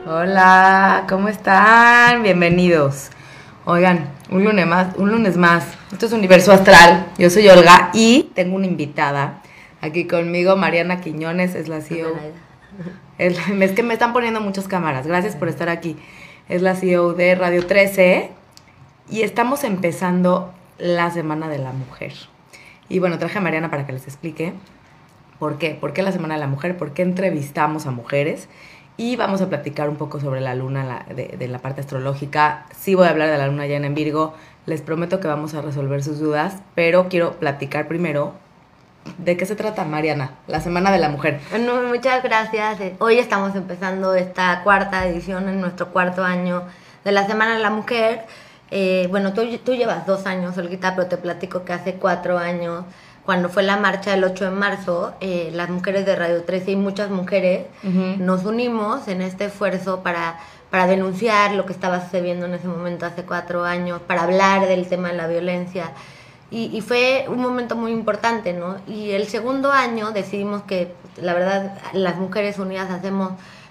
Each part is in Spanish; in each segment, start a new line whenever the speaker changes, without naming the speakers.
Hola, ¿cómo están? Bienvenidos. Oigan, un lunes más. Esto es Universo Astral. Yo soy Olga y tengo una invitada aquí conmigo, Mariana Quiñones, es la CEO. Es que me están poniendo muchas cámaras. Gracias por estar aquí. Es la CEO de Radio 13 y estamos empezando la Semana de la Mujer. Y bueno, traje a Mariana para que les explique por qué. ¿Por qué la Semana de la Mujer? ¿Por qué entrevistamos a mujeres? Y vamos a platicar un poco sobre la luna de la parte astrológica. Sí voy a hablar de la luna llena en Virgo. Les prometo que vamos a resolver sus dudas, pero quiero platicar primero de qué se trata, Mariana, la Semana de la Mujer.
Bueno, muchas gracias. Hoy estamos empezando esta cuarta edición en nuestro cuarto año de la Semana de la Mujer. Bueno, tú llevas 2 años, Olguita, pero te platico que hace 4 años, cuando fue la marcha del 8 de marzo, las mujeres de Radio 13 y muchas mujeres nos unimos en este esfuerzo para denunciar lo que estaba sucediendo en ese momento hace 4 años, para hablar del tema de la violencia. Y fue un momento muy importante, ¿no? Y el segundo año decidimos que, la verdad, las mujeres unidas hacemos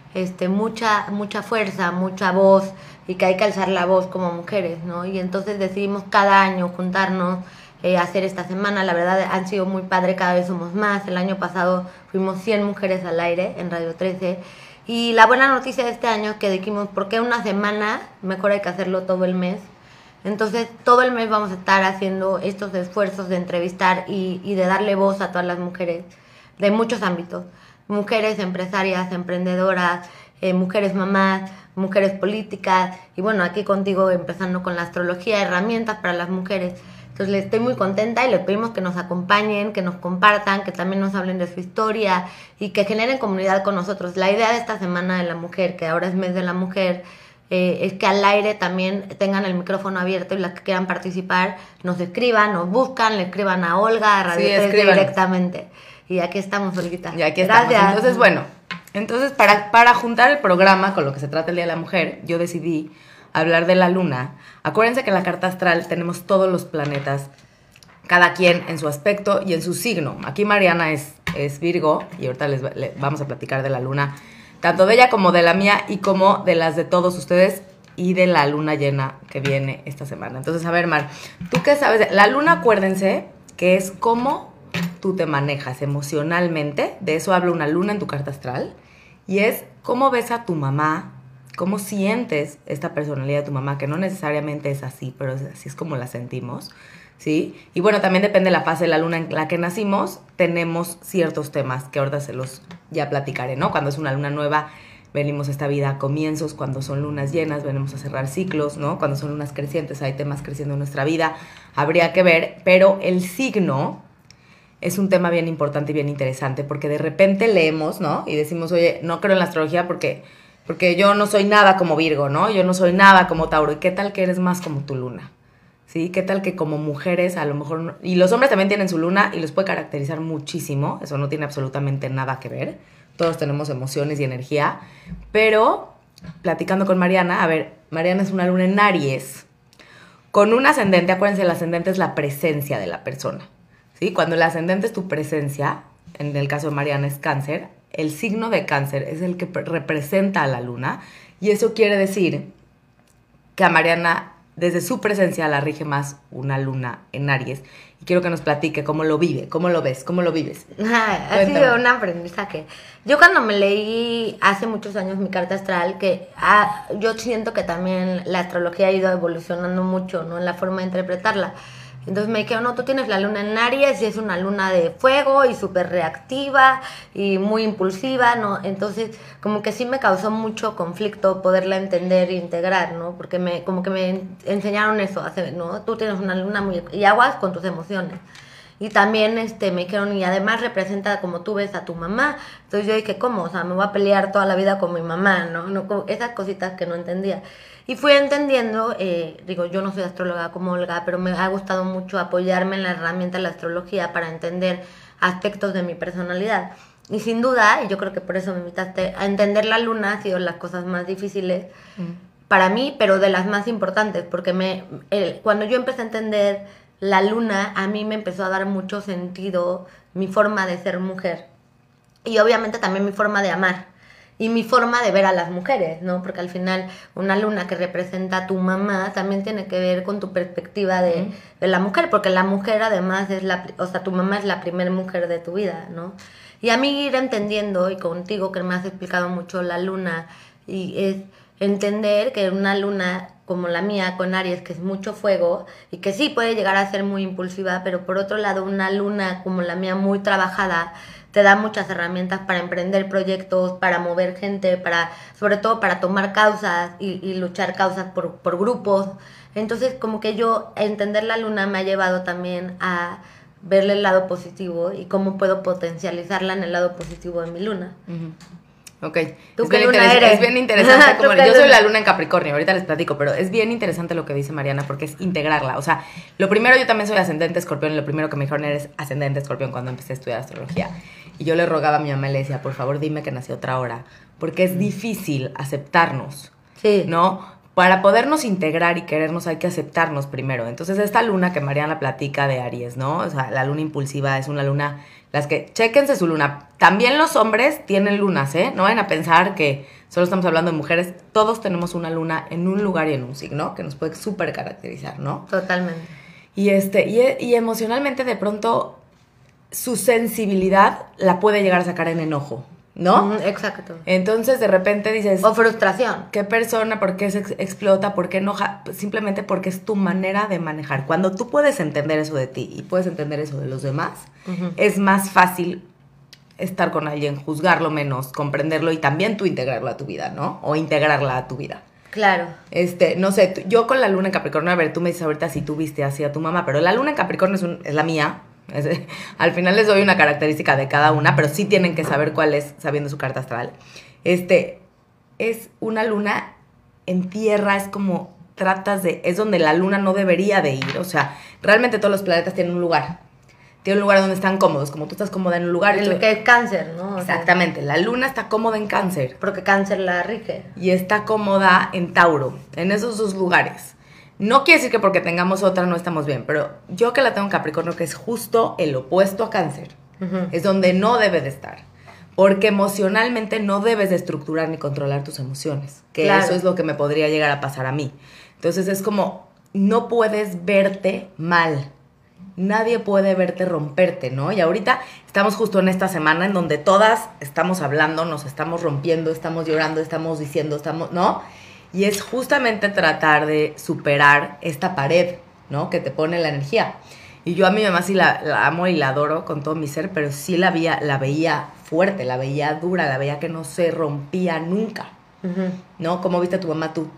mucha fuerza, mucha voz, y que hay que alzar la voz como mujeres, ¿no? Y entonces decidimos cada año juntarnos, hacer esta semana. La verdad han sido muy padre, cada vez somos más. El año pasado fuimos 100 mujeres al aire en Radio 13. Y la buena noticia de este año es que dijimos, ¿por qué una semana? Mejor hay que hacerlo todo el mes. Entonces todo el mes vamos a estar haciendo estos esfuerzos de entrevistar y de darle voz a todas las mujeres de muchos ámbitos. Mujeres empresarias, emprendedoras, mujeres mamás, mujeres políticas. Y bueno, aquí contigo empezando con la astrología, herramientas para las mujeres. Entonces estoy muy contenta y les pedimos que nos acompañen, que nos compartan, que también nos hablen de su historia y que generen comunidad con nosotros. La idea de esta Semana de la Mujer, que ahora es Mes de la Mujer, es que al aire también tengan el micrófono abierto y las que quieran participar nos escriban, nos buscan, le escriban a Olga, a Radio 13 directamente. Y aquí estamos, Olguita.
Y aquí estamos. Entonces, bueno, para juntar el programa con lo que se trata el Día de la Mujer, yo decidí hablar de la luna. Acuérdense que en la carta astral tenemos todos los planetas, cada quien en su aspecto y en su signo. Aquí Mariana es Virgo y ahorita les vamos a platicar de la luna, tanto de ella como de la mía y como de las de todos ustedes y de la luna llena que viene esta semana. Entonces, a ver, Mar, ¿tú qué sabes? La luna, acuérdense que es cómo tú te manejas emocionalmente. De eso habla una luna en tu carta astral. Y es cómo ves a tu mamá, cómo sientes esta personalidad de tu mamá, que no necesariamente es así, pero así es como la sentimos, ¿sí? Y bueno, también depende de la fase de la luna en la que nacimos, tenemos ciertos temas que ahorita se los ya platicaré, ¿no? Cuando es una luna nueva, venimos a esta vida a comienzos. Cuando son lunas llenas, venimos a cerrar ciclos, ¿no? Cuando son lunas crecientes, hay temas creciendo en nuestra vida, habría que ver, pero el signo es un tema bien importante y bien interesante, porque de repente leemos, ¿no? Y decimos, oye, no creo en la astrología porque yo no soy nada como Virgo, ¿no? Yo no soy nada como Tauro. ¿Y qué tal que eres más como tu luna? ¿Sí? ¿Qué tal que como mujeres a lo mejor no? Y los hombres también tienen su luna y los puede caracterizar muchísimo. Eso no tiene absolutamente nada que ver. Todos tenemos emociones y energía. Pero, platicando con Mariana, a ver, Mariana es una luna en Aries con un ascendente. Acuérdense, el ascendente es la presencia de la persona, ¿sí? Cuando el ascendente es tu presencia, en el caso de Mariana es Cáncer, el signo de Cáncer es el que representa a la luna, y eso quiere decir que a Mariana, desde su presencia, la rige más una luna en Aries. Y quiero que nos platique cómo lo vive, cómo lo ves, cómo lo vives.
Ha sido un aprendizaje. Yo cuando me leí hace muchos años mi carta astral, yo siento que también la astrología ha ido evolucionando mucho, ¿no? En la forma de interpretarla. Entonces me dijeron, no, tú tienes la luna en Aries y es una luna de fuego y súper reactiva y muy impulsiva, ¿no? Entonces como que sí me causó mucho conflicto poderla entender e integrar, ¿no? Porque como que me enseñaron eso, ¿no? Tú tienes una luna muy... y aguas con tus emociones. Y también me dijeron, y además representa como tú ves a tu mamá. Entonces yo dije, ¿cómo? O sea, me voy a pelear toda la vida con mi mamá, ¿no? Esas cositas que no entendía. Y fui entendiendo, digo, yo no soy astróloga como Olga, pero me ha gustado mucho apoyarme en la herramienta de la astrología para entender aspectos de mi personalidad. Y sin duda, y yo creo que por eso me invitaste, a entender la luna ha sido las cosas más difíciles para mí, pero de las más importantes, porque cuando yo empecé a entender la luna, a mí me empezó a dar mucho sentido mi forma de ser mujer y obviamente también mi forma de amar. y mi forma de ver a las mujeres, ¿no? Porque al final una luna que representa a tu mamá también tiene que ver con tu perspectiva de la mujer, porque la mujer además es tu mamá es la primera mujer de tu vida, ¿no? Y a mí ir entendiendo, y contigo que me has explicado mucho la luna, y es entender que una luna como la mía con Aries, que es mucho fuego, y que sí puede llegar a ser muy impulsiva, pero por otro lado una luna como la mía muy trabajada, te da muchas herramientas para emprender proyectos, para mover gente, sobre todo para tomar causas y luchar causas por grupos. Entonces, como que entender la luna me ha llevado también a verle el lado positivo y cómo puedo potencializarla en el lado positivo de mi luna.
Ok,
¿Tú qué luna eres?
Es bien interesante. Yo soy la luna en Capricornio, ahorita les platico, pero es bien interesante lo que dice Mariana porque es integrarla. O sea, lo primero, yo también soy ascendente Escorpión y lo primero que me dijeron eres ascendente Escorpión cuando empecé a estudiar astrología. Y yo le rogaba a mi mamá y le decía, por favor, dime que nací otra hora, porque es difícil aceptarnos, ¿no? Para podernos integrar y querernos hay que aceptarnos primero. Entonces, esta luna que Mariana platica de Aries, ¿no? O sea, la luna impulsiva es una luna... Las que, chéquense su luna. También los hombres tienen lunas, ¿eh? No vayan a pensar que solo estamos hablando de mujeres. Todos tenemos una luna en un lugar y en un signo que nos puede súper caracterizar, ¿no?
Totalmente.
Y emocionalmente, de pronto, su sensibilidad la puede llegar a sacar en enojo, ¿no?
Exacto.
Entonces, de repente dices...
O frustración.
¿Qué persona? ¿Por qué se explota? ¿Por qué enoja? Simplemente porque es tu manera de manejar. Cuando tú puedes entender eso de ti y puedes entender eso de los demás, es más fácil estar con alguien, juzgarlo menos, comprenderlo y también tú integrarlo a tu vida, ¿no? O integrarla a tu vida.
Claro.
No sé, yo con la luna en Capricornio, a ver, tú me dices ahorita si tú viste así a tu mamá, pero la luna en Capricornio es la mía. Al final les doy una característica de cada una, pero sí tienen que saber cuál es, sabiendo su carta astral. Es una luna en tierra, es como es donde la luna no debería de ir. O sea, realmente todos los planetas tienen un lugar. Tienen un lugar donde están cómodos, como tú estás cómoda en un lugar.
El que es Cáncer, ¿no?
Exactamente, la luna está cómoda en Cáncer.
Porque Cáncer la rige.
Y está cómoda en Tauro, en esos dos lugares. No quiere decir que porque tengamos otra no estamos bien, pero yo que la tengo en Capricornio, que es justo el opuesto a Cáncer, es donde no debe de estar. Porque emocionalmente no debes de estructurar ni controlar tus emociones, que claro. Eso es lo que me podría llegar a pasar a mí. Entonces es como, no puedes verte mal. Nadie puede verte romperte, ¿no? Y ahorita estamos justo en esta semana en donde todas estamos hablando, nos estamos rompiendo, estamos llorando, estamos diciendo, ¿no? Y es justamente tratar de superar esta pared, ¿no? Que te pone la energía. Y yo a mi mamá sí la amo y la adoro con todo mi ser, pero sí la veía fuerte, la veía dura, la veía que no se rompía nunca, ¿no? ¿Cómo viste a tu mamá tú?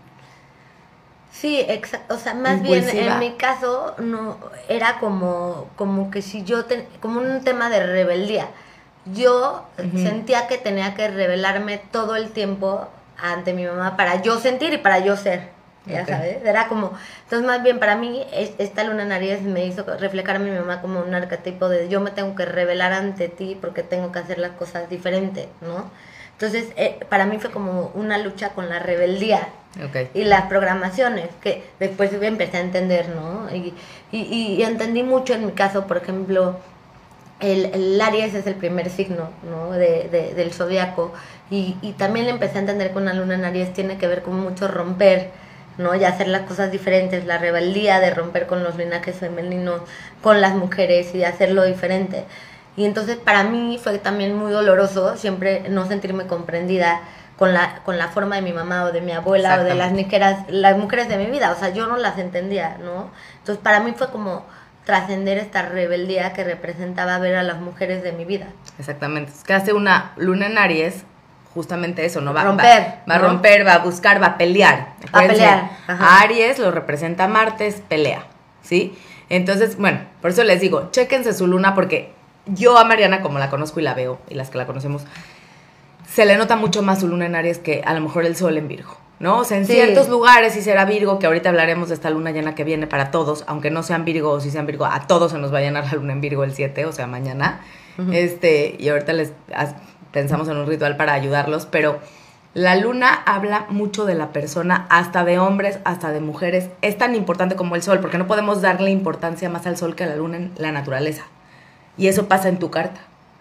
Sí, exacto. O sea, más impulsiva. Bien en mi caso no era como que si yo como un tema de rebeldía. Yo sentía que tenía que rebelarme todo el tiempo ante mi mamá para yo sentir y para yo ser. Ya sabes, era como, entonces más bien para mí esta luna en Aries me hizo reflejar a mi mamá como un arquetipo de yo me tengo que rebelar ante ti porque tengo que hacer las cosas diferentes, ¿no? Entonces para mí fue como una lucha con la rebeldía y las programaciones que después empecé a entender, ¿no? Y entendí mucho en mi caso, por ejemplo, el Aries es el primer signo, ¿no? del zodiaco y también empecé a entender que una luna en Aries tiene que ver con mucho romper, ¿no? Y hacer las cosas diferentes, la rebeldía de romper con los linajes femeninos, con las mujeres y de hacerlo diferente. Y entonces para mí fue también muy doloroso siempre no sentirme comprendida con la forma de mi mamá o de mi abuela o de las mujeres de mi vida. O sea, yo no las entendía, ¿no? Entonces para mí fue como trascender esta rebeldía que representaba ver a las mujeres de mi vida.
Exactamente. Es que hace una luna en Aries justamente eso, ¿no? Va a romper, va a buscar, va a pelear.
Va a pelear.
Ajá. Aries lo representa Martes, pelea, ¿sí? Entonces, bueno, por eso les digo, chéquense su luna porque yo a Mariana, como la conozco y la veo, y las que la conocemos, se le nota mucho más su luna en Aries que a lo mejor el sol en Virgo, ¿no? O sea, en ciertos lugares sí será Virgo, que ahorita hablaremos de esta luna llena que viene para todos, aunque no sean Virgo o si sean Virgo, a todos se nos va a llenar la luna en Virgo el 7, o sea, mañana. Y ahorita pensamos en un ritual para ayudarlos, pero la luna habla mucho de la persona, hasta de hombres, hasta de mujeres. Es tan importante como el sol, porque no podemos darle importancia más al sol que a la luna en la naturaleza. Y eso pasa en tu carta.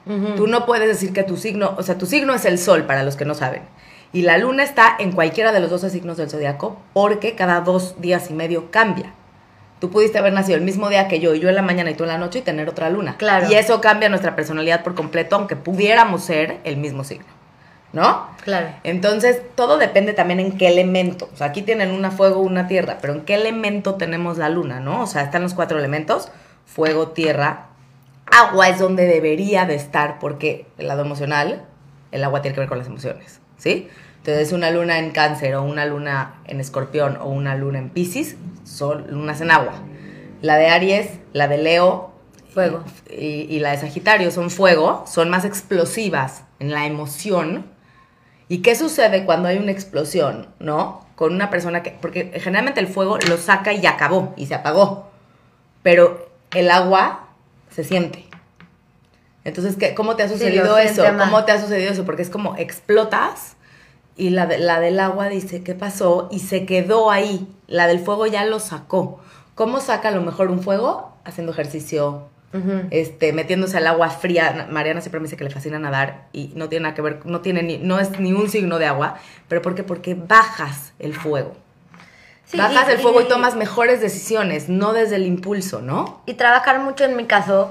Tú no puedes decir que tu signo, o sea, tu signo es el sol, para los que no saben. Y la luna está en cualquiera de los 12 signos del zodiaco porque cada 2 días y medio cambia. Tú pudiste haber nacido el mismo día que yo, y yo en la mañana y tú en la noche, y tener otra luna.
Claro.
Y eso cambia nuestra personalidad por completo, aunque pudiéramos ser el mismo signo, ¿no?
Claro.
Entonces, todo depende también en qué elemento. O sea, aquí tienen una fuego, una tierra, pero en qué elemento tenemos la luna, ¿no? O sea, están los 4 elementos: fuego, tierra, agua es donde debería de estar, porque el lado emocional, el agua tiene que ver con las emociones, ¿sí? Entonces, una luna en Cáncer, o una luna en Escorpión, o una luna en Piscis, son lunas en agua. La de Aries, la de Leo,
fuego,
y la de Sagitario son fuego, son más explosivas en la emoción. ¿Y qué sucede cuando hay una explosión, no? Con una persona que... Porque generalmente el fuego lo saca y ya acabó, y se apagó. Pero el agua se siente. Entonces, ¿cómo te ha sucedido eso? ¿Cómo te ha sucedido eso? Porque es como explotas y la del agua dice, ¿qué pasó? Y se quedó ahí. La del fuego ya lo sacó. ¿Cómo saca a lo mejor un fuego? Haciendo ejercicio, metiéndose al agua fría. Mariana siempre me dice que le fascina nadar y no tiene nada que ver, no es ni un signo de agua. ¿Pero por qué? Porque bajas el fuego. Sí, bajas el fuego y tomas mejores decisiones, no desde el impulso, ¿no?
Y trabajar mucho, en mi caso,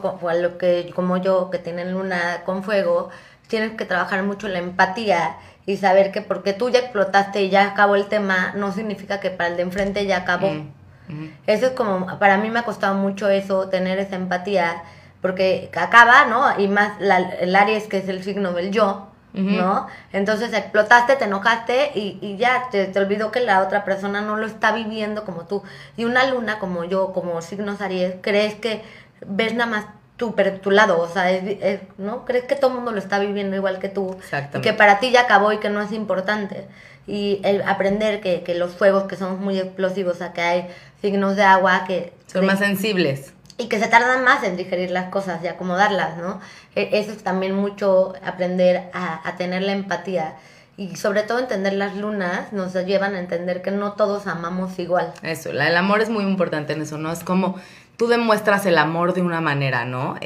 como yo, que tienen luna con fuego, tienes que trabajar mucho la empatía y saber que porque tú ya explotaste y ya acabó el tema, no significa que para el de enfrente ya acabó. Eso es como, para mí me ha costado mucho eso, tener esa empatía, porque acaba, ¿no? Y más el Aries, que es el signo del yo, ¿no? Entonces explotaste, te enojaste y ya te olvidó que la otra persona no lo está viviendo como tú. Y una luna como yo, como signos Aries, crees que ves nada más tu lado, o sea, ¿no? Crees que todo el mundo lo está viviendo igual que tú.
Exactamente.
Y que para ti ya acabó y que no es importante. Y aprender que los fuegos, que son muy explosivos, o sea, que hay signos de agua que...
Son más sensibles.
Y que se tardan más en digerir las cosas y acomodarlas, ¿no? Eso es también mucho aprender a tener la empatía. Y sobre todo entender las lunas nos llevan a entender que no todos amamos igual.
Eso, el amor es muy importante en eso, ¿no? Es como tú demuestras el amor de una manera, ¿no?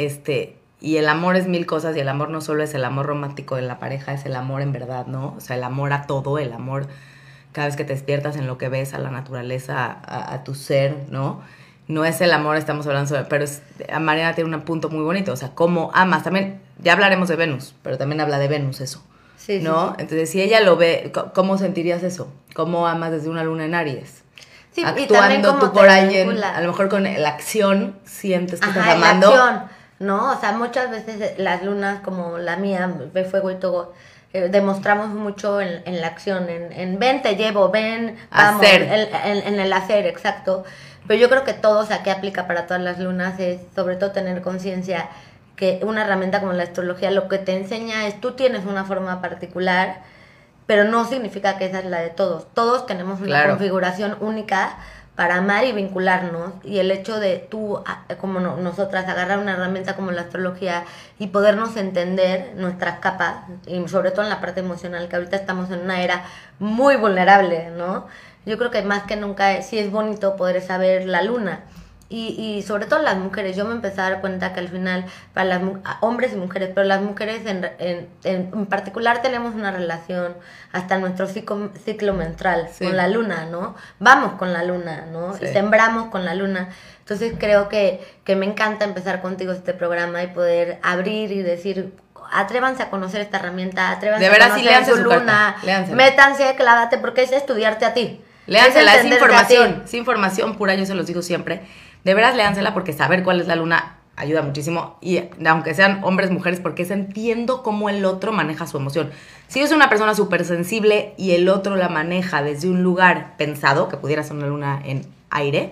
Y el amor es 1000 cosas, y el amor no solo es el amor romántico de la pareja, es el amor en verdad, ¿no? O sea, el amor a todo, el amor cada vez que te despiertas, en lo que ves, a la naturaleza, a tu ser, ¿no? No es el amor, estamos hablando sobre, pero Mariana tiene un punto muy bonito, o sea, cómo amas. También, ya hablaremos de Venus, pero también habla de Venus eso,
sí,
¿no?
Sí.
Entonces, si ella lo ve, ¿cómo sentirías eso? ¿Cómo amas desde una luna en Aries?
Sí,
actuando tú por alguien, a lo mejor con la acción sientes que estás amando.
La acción, ¿no? O sea, muchas veces las lunas, como la mía, de fuego y todo, demostramos mucho en la acción, en ven, te llevo, ven, vamos, en el hacer, exacto. Pero yo creo que todo, o sea, que aplica para todas las lunas, es sobre todo tener conciencia que una herramienta como la astrología lo que te enseña es, tú tienes una forma particular, pero no significa que esa es la de todos. Todos tenemos una configuración única para amar y vincularnos, y el hecho de tú, como nosotras, agarrar una herramienta como la astrología y podernos entender nuestras capas, y sobre todo en la parte emocional, que ahorita estamos en una era muy vulnerable, ¿no? Yo creo que más que nunca sí es bonito poder saber la luna. Y sobre todo las mujeres, yo me empecé a dar cuenta que al final, para hombres y mujeres, pero las mujeres en particular tenemos una relación hasta nuestro ciclo menstrual con la luna, ¿no? Vamos con la luna, ¿no? Sí. Y sembramos con la luna. Entonces creo que me encanta empezar contigo este programa y poder abrir y decir, atrévanse a conocer esta herramienta, atrévanse a conocer su luna, métanse, clávate, porque es estudiarte a ti.
Léansela, es información pura, yo se los digo siempre. De veras, léansela, porque saber cuál es la luna ayuda muchísimo. Y aunque sean hombres, mujeres, porque entiendo cómo el otro maneja su emoción. Si es una persona súper sensible y el otro la maneja desde un lugar pensado, que pudiera ser una luna en aire,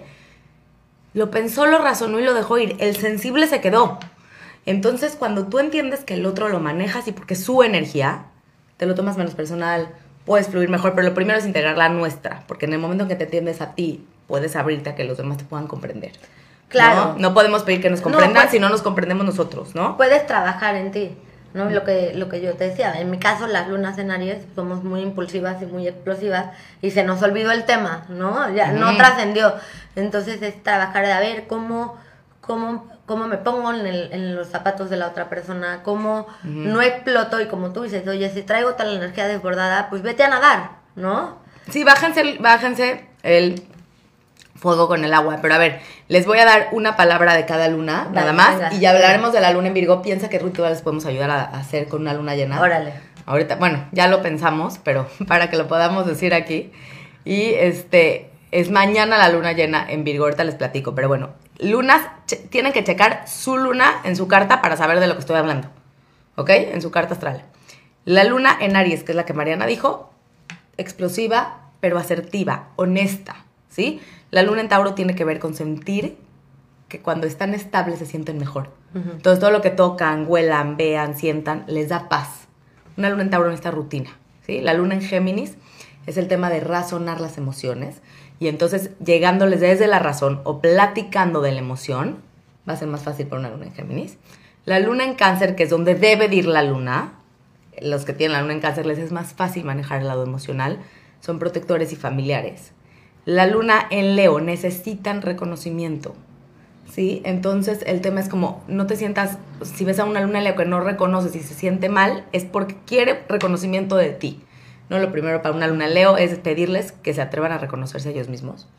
lo pensó, lo razonó y lo dejó ir. El sensible se quedó. Entonces, cuando tú entiendes que el otro lo maneja así porque es su energía, te lo tomas menos personal, puedes fluir mejor, pero lo primero es integrar la nuestra, porque en el momento en que te entiendes a ti, puedes abrirte a que los demás te puedan comprender.
Claro.
No podemos pedir que nos comprendan si no nos comprendemos nosotros, ¿no?
Puedes trabajar en ti, ¿no? Lo que yo te decía, en mi caso las lunas en Aries somos muy impulsivas y muy explosivas y se nos olvidó el tema, ¿no? Ya no trascendió. Entonces es trabajar de a ver cómo cómo me pongo en los zapatos de la otra persona, cómo no exploto, y como tú dices, oye, si traigo tal energía desbordada, pues vete a nadar, ¿no?
Sí, bájense el fuego con el agua. Pero a ver, les voy a dar una palabra de cada luna, nada más, venga, y ya hablaremos de la luna en Virgo. Piensa qué rituales podemos ayudar a hacer con una luna llena.
Órale.
Ahorita, bueno, ya lo pensamos, pero para que lo podamos decir aquí. Y es mañana la luna llena en Virgo, ahorita les platico. Pero bueno, lunas, tienen que checar su luna en su carta para saber de lo que estoy hablando, ¿ok? En su carta astral. La luna en Aries, que es la que Mariana dijo, explosiva, pero asertiva, honesta, ¿sí? La luna en Tauro tiene que ver con sentir que cuando están estables se sienten mejor. Entonces, todo lo que tocan, huelan, vean, sientan, les da paz. Una luna en Tauro necesita rutina, ¿sí? La luna en Géminis es el tema de razonar las emociones. Y entonces, llegándoles desde la razón o platicando de la emoción, va a ser más fácil para una luna en Géminis. La luna en Cáncer, que es donde debe de ir la luna, los que tienen la luna en Cáncer les es más fácil manejar el lado emocional, son protectores y familiares. La luna en Leo necesitan reconocimiento, ¿sí? Entonces el tema es como, no te sientas, si ves a una luna en Leo que no reconoces y se siente mal, es porque quiere reconocimiento de ti. No, lo primero para una luna en Leo es pedirles que se atrevan a reconocerse a ellos mismos.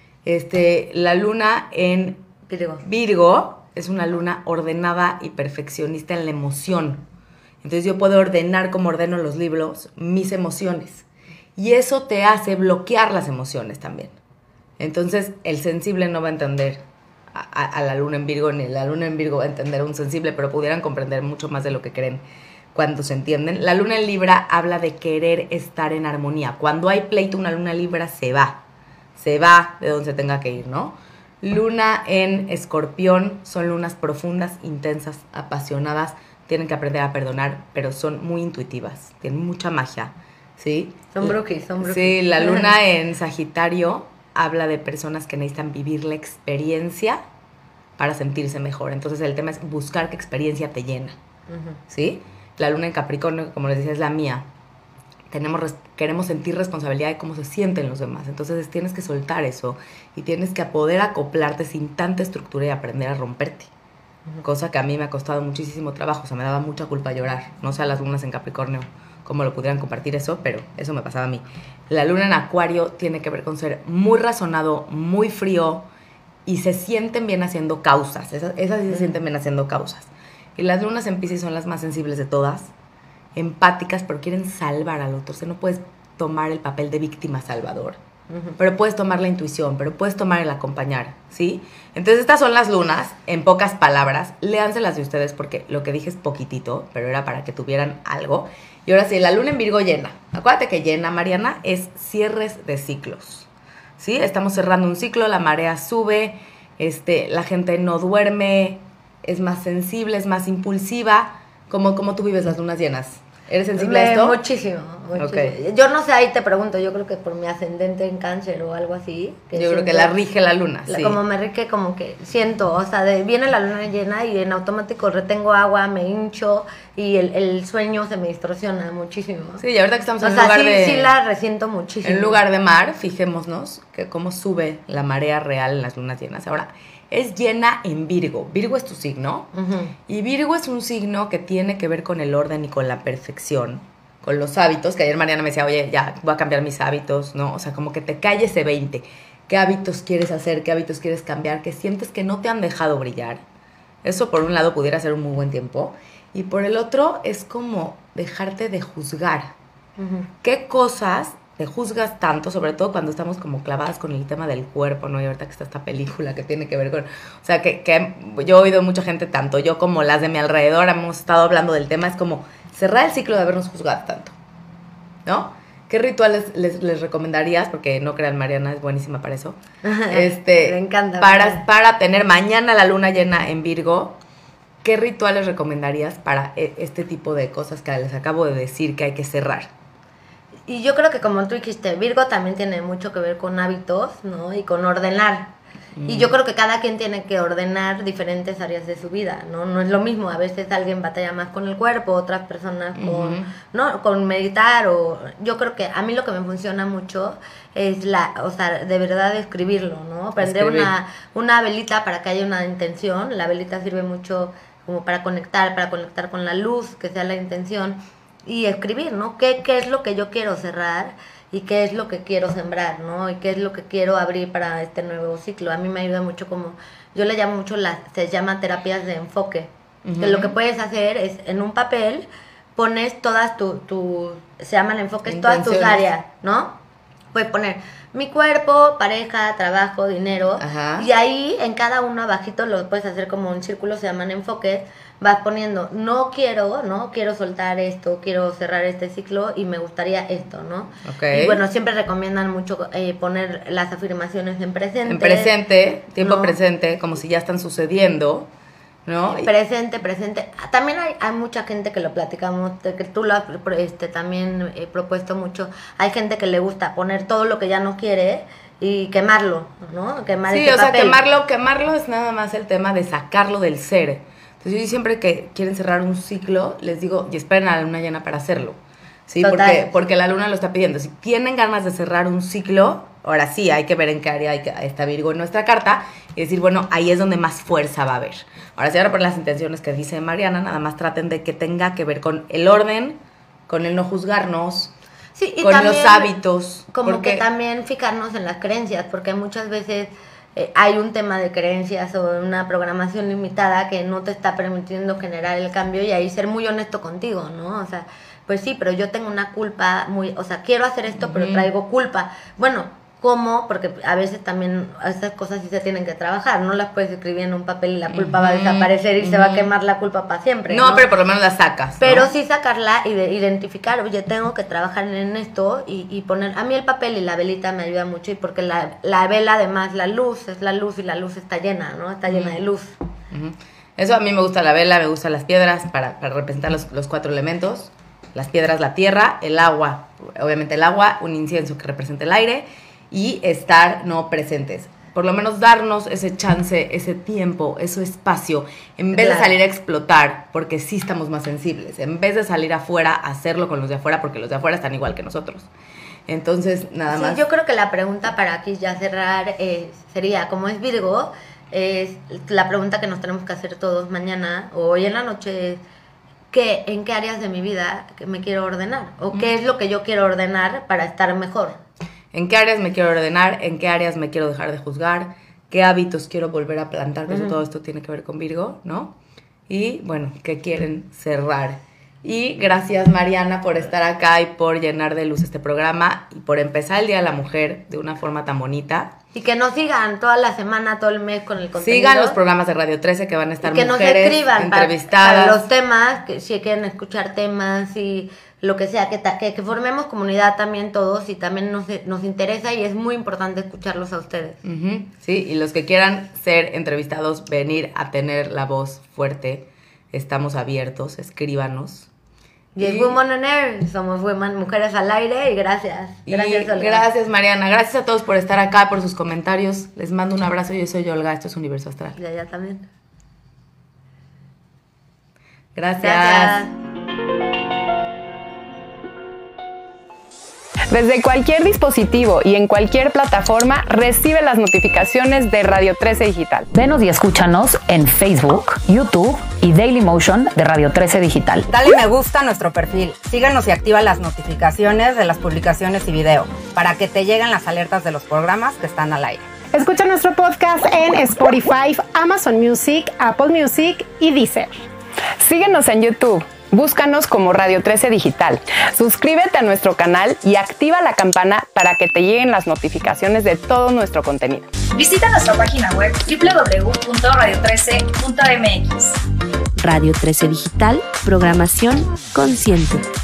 La luna en Virgo es una luna ordenada y perfeccionista en la emoción. Entonces yo puedo ordenar como ordeno los libros mis emociones. Y eso te hace bloquear las emociones también. Entonces el sensible no va a entender a la luna en Virgo, ni la luna en Virgo va a entender a un sensible, pero pudieran comprender mucho más de lo que creen cuando se entienden. La luna en Libra habla de querer estar en armonía. Cuando hay pleito, una luna en Libra se va de donde se tenga que ir, ¿no? Luna en Escorpión son lunas profundas, intensas, apasionadas, tienen que aprender a perdonar, pero son muy intuitivas, tienen mucha magia, ¿sí?
Son brookies.
Sí, la luna en Sagitario habla de personas que necesitan vivir la experiencia para sentirse mejor. Entonces el tema es buscar qué experiencia te llena, ¿sí? La luna en Capricornio, como les decía, es la mía. Queremos sentir responsabilidad de cómo se sienten los demás. Entonces tienes que soltar eso y tienes que poder acoplarte sin tanta estructura y aprender a romperte. Cosa que a mí me ha costado muchísimo trabajo. O sea, me daba mucha culpa llorar. No sé a las lunas en Capricornio cómo lo pudieran compartir eso, pero eso me pasaba a mí. La luna en Acuario tiene que ver con ser muy razonado, muy frío, y se sienten bien haciendo causas. Esas sí se sienten bien haciendo causas. Y las lunas en Piscis son las más sensibles de todas, empáticas, pero quieren salvar al otro. O sea, no puedes tomar el papel de víctima salvador, pero puedes tomar la intuición, pero puedes tomar el acompañar, ¿sí? Entonces estas son las lunas, en pocas palabras. Léanselas de ustedes porque lo que dije es poquitito, pero era para que tuvieran algo. Y ahora sí, la luna en Virgo llena. Acuérdate que llena, Mariana, es cierres de ciclos, ¿sí? Estamos cerrando un ciclo, la marea sube, la gente no duerme, es más sensible, es más impulsiva. ¿Cómo tú vives las lunas llenas? ¿Eres sensible a esto?
Muchísimo. Okay. Yo no sé, ahí te pregunto, yo creo que por mi ascendente en Cáncer o algo así.
Yo creo que la rige la luna, sí.
Como me rige, como que siento, o sea, viene la luna llena y en automático retengo agua, me hincho y el sueño se me distorsiona muchísimo.
Sí, y ahorita que estamos en un lugar de...
sí la resiento muchísimo.
En lugar de mar, fijémonos que cómo sube la marea real en las lunas llenas. Ahora, es llena en Virgo. Virgo es tu signo. Y Virgo es un signo que tiene que ver con el orden y con la perfección, con los hábitos, que ayer Mariana me decía, oye, ya voy a cambiar mis hábitos, ¿no? O sea, como que te cae ese 20. ¿Qué hábitos quieres hacer? ¿Qué hábitos quieres cambiar? Que sientes que no te han dejado brillar. Eso por un lado pudiera ser un muy buen tiempo. Y por el otro es como dejarte de juzgar. ¿Qué cosas te juzgas tanto? Sobre todo cuando estamos como clavadas con el tema del cuerpo, ¿no? Y ahorita que está esta película que tiene que ver con... O sea, que yo he oído mucha gente, tanto yo como las de mi alrededor, hemos estado hablando del tema. Es como cerrar el ciclo de habernos juzgado tanto, ¿no? ¿Qué rituales les recomendarías? Porque no crean, Mariana es buenísima para eso.
Me encanta.
Para tener mañana la luna llena en Virgo, ¿qué rituales recomendarías para este tipo de cosas que les acabo de decir que hay que cerrar?
Y yo creo que como tú dijiste, Virgo también tiene mucho que ver con hábitos, ¿no? Y con ordenar. Y yo creo que cada quien tiene que ordenar diferentes áreas de su vida, ¿no? No es lo mismo, a veces alguien batalla más con el cuerpo, otras personas con, ¿no? Con meditar, o yo creo que a mí lo que me funciona mucho es o sea, de verdad escribirlo, ¿no? Prender una velita para que haya una intención. La velita sirve mucho como para conectar con la luz, que sea la intención, y escribir, ¿no? ¿Qué es lo que yo quiero cerrar? Y qué es lo que quiero sembrar, ¿no? Y qué es lo que quiero abrir para este nuevo ciclo. A mí me ayuda mucho, como yo le llamo mucho, se llama terapias de enfoque. Que lo que puedes hacer es, en un papel, pones todas se llaman enfoques, todas tus áreas, ¿no? Puedes poner mi cuerpo, pareja, trabajo, dinero. Ajá. Y ahí, en cada uno abajito, lo puedes hacer como un círculo, se llaman enfoques. Vas poniendo, no quiero soltar esto, quiero cerrar este ciclo y me gustaría esto, ¿no? Okay. Y bueno, siempre recomiendan mucho poner las afirmaciones en presente.
En presente, tiempo, ¿no? Presente, como si ya están sucediendo, ¿no?
Presente. También hay mucha gente que lo platicamos, que tú lo has también propuesto mucho. Hay gente que le gusta poner todo lo que ya no quiere y quemarlo, ¿no? Quemar ese papel.
Sea, quemarlo es nada más el tema de sacarlo del ser. Entonces yo siempre que quieren cerrar un ciclo, les digo, y esperen a la luna llena para hacerlo, ¿sí? Porque la luna lo está pidiendo. Si tienen ganas de cerrar un ciclo, ahora sí, hay que ver en qué área está Virgo en nuestra carta, y decir, bueno, ahí es donde más fuerza va a haber. Ahora sí, ahora por las intenciones que dice Mariana, nada más traten de que tenga que ver con el orden, con el no juzgarnos, sí, y con también, los hábitos.
Como que también fijarnos en las creencias, porque muchas veces hay un tema de creencias o una programación limitada que no te está permitiendo generar el cambio, y ahí ser muy honesto contigo, ¿no? O sea, pues sí, pero yo tengo una culpa o sea, quiero hacer esto, pero traigo culpa. Bueno, ¿cómo? Porque a veces también estas cosas sí se tienen que trabajar, no las puedes escribir en un papel y la culpa va a desaparecer y se va a quemar la culpa para siempre,
¿no? Pero por lo menos la sacas, ¿no?
Pero sí sacarla y identificar, oye, tengo que trabajar en esto y poner, a mí el papel y la velita me ayuda mucho, y porque la vela además, la luz es la luz, y la luz está llena, ¿no? Está llena de luz.
Eso, a mí me gusta la vela, me gustan las piedras para representar los 4 elementos. Las piedras, la tierra, el agua, obviamente el agua, un incienso que representa el aire, y estar no presentes. Por lo menos darnos ese chance, ese tiempo, ese espacio, en vez de salir a explotar, porque sí estamos más sensibles, en vez de salir afuera a hacerlo con los de afuera, porque los de afuera están igual que nosotros. Entonces, nada más.
Yo creo que la pregunta para aquí ya cerrar sería, como es Virgo, la pregunta que nos tenemos que hacer todos mañana o hoy en la noche es, ¿en qué áreas de mi vida me quiero ordenar? ¿O qué es lo que yo quiero ordenar para estar mejor?
¿En qué áreas me quiero ordenar? ¿En qué áreas me quiero dejar de juzgar? ¿Qué hábitos quiero volver a plantar? Que todo esto tiene que ver con Virgo, ¿no? Y, bueno, ¿qué quieren cerrar? Y gracias, Mariana, por estar acá y por llenar de luz este programa y por empezar el Día de la Mujer de una forma tan bonita.
Y que nos sigan toda la semana, todo el mes con el contenido.
Sigan los programas de Radio 13 que van a estar mujeres
nos escriban
entrevistadas.
Para los temas, que si quieren escuchar temas y lo que sea, que formemos comunidad también todos, y también nos interesa y es muy importante escucharlos a ustedes.
Sí, y los que quieran ser entrevistados, venir a tener la voz fuerte, estamos abiertos, escríbanos.
Y es Women on Air, somos mujeres al aire, y gracias. Gracias, Olga.
Gracias, Mariana. Gracias a todos por estar acá, por sus comentarios. Les mando un abrazo. Yo soy Olga, esto es Universo Astral.
Y allá también.
Gracias.
Desde cualquier dispositivo y en cualquier plataforma, recibe las notificaciones de Radio 13 Digital.
Venos y escúchanos en Facebook, YouTube y Dailymotion de Radio 13 Digital.
Dale me gusta a nuestro perfil, síguenos y activa las notificaciones de las publicaciones y video para que te lleguen las alertas de los programas que están al aire.
Escucha nuestro podcast en Spotify, Amazon Music, Apple Music y Deezer.
Síguenos en YouTube. Búscanos como Radio 13 Digital. Suscríbete a nuestro canal y activa la campana para que te lleguen las notificaciones de todo nuestro contenido.
Visita nuestra página web www.radio13.mx.
Radio 13 Digital, programación consciente.